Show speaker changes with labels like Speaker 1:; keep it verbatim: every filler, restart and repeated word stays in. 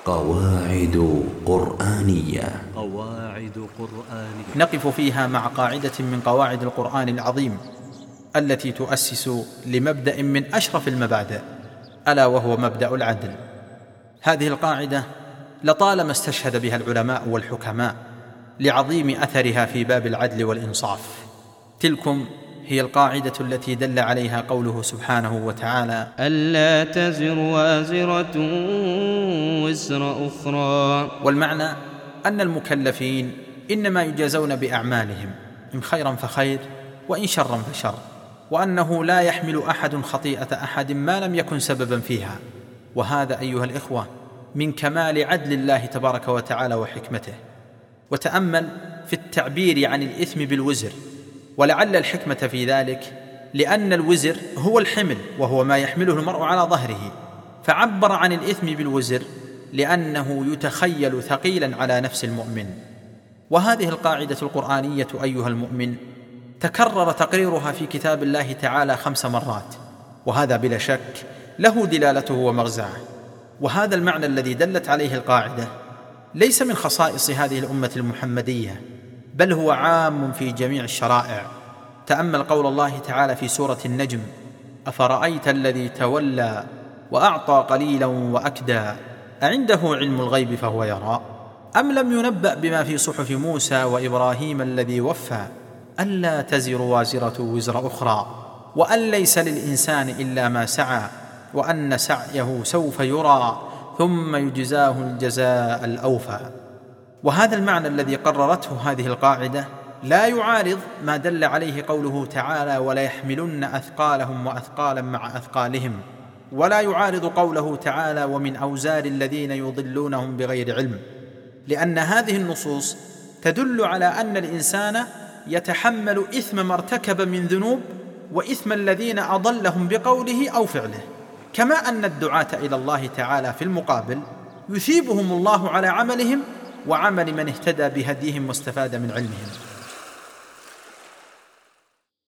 Speaker 1: قواعد قرآنية.
Speaker 2: قواعد قرآنية
Speaker 3: نقف فيها مع قاعدة من قواعد القرآن العظيم التي تؤسس لمبدأ من أشرف المبادئ، ألا وهو مبدأ العدل. هذه القاعدة لطالما استشهد بها العلماء والحكماء لعظيم أثرها في باب العدل والإنصاف. تلكم هي القاعدة التي دل عليها قوله سبحانه وتعالى:
Speaker 4: ألا تزر وازرة وزر أخرى.
Speaker 3: والمعنى أن المكلفين إنما يجازون بأعمالهم، إن خيرا فخير وإن شرا فشر، وأنه لا يحمل أحد خطيئة أحد ما لم يكن سببا فيها. وهذا أيها الإخوة من كمال عدل الله تبارك وتعالى وحكمته. وتأمل في التعبير عن الإثم بالوزر، ولعل الحكمة في ذلك لأن الوزر هو الحمل، وهو ما يحمله المرء على ظهره، فعبر عن الإثم بالوزر لأنه يتخيل ثقيلا على نفس المؤمن. وهذه القاعدة القرآنية أيها المؤمن تكرر تقريرها في كتاب الله تعالى خمس مرات، وهذا بلا شك له دلالته ومغزاه. وهذا المعنى الذي دلت عليه القاعدة ليس من خصائص هذه الأمة المحمدية، بل هو عام في جميع الشرائع. تأمل قول الله تعالى في سورة النجم: أفرأيت الذي تولى وأعطى قليلا وأكدى أعنده علم الغيب فهو يرى أم لم ينبأ بما في صحف موسى وإبراهيم الذي وفى ألا تزر وازرة وزر أخرى وأن ليس للإنسان إلا ما سعى وأن سعيه سوف يرى ثم يجزاه الجزاء الأوفى. وهذا المعنى الذي قررته هذه القاعدة لا يعارض ما دل عليه قوله تعالى: ولا يحملن أثقالهم وأثقالا مع أثقالهم، ولا يعارض قوله تعالى: ومن أوزار الذين يضلونهم بغير علم، لأن هذه النصوص تدل على أن الإنسان يتحمل إثم ما ارتكب من ذنوب وإثم الذين أضلهم بقوله أو فعله، كما أن الدعاة إلى الله تعالى في المقابل يثيبهم الله على عملهم وعمل من اهتدى بهديهم واستفاد من علمهم.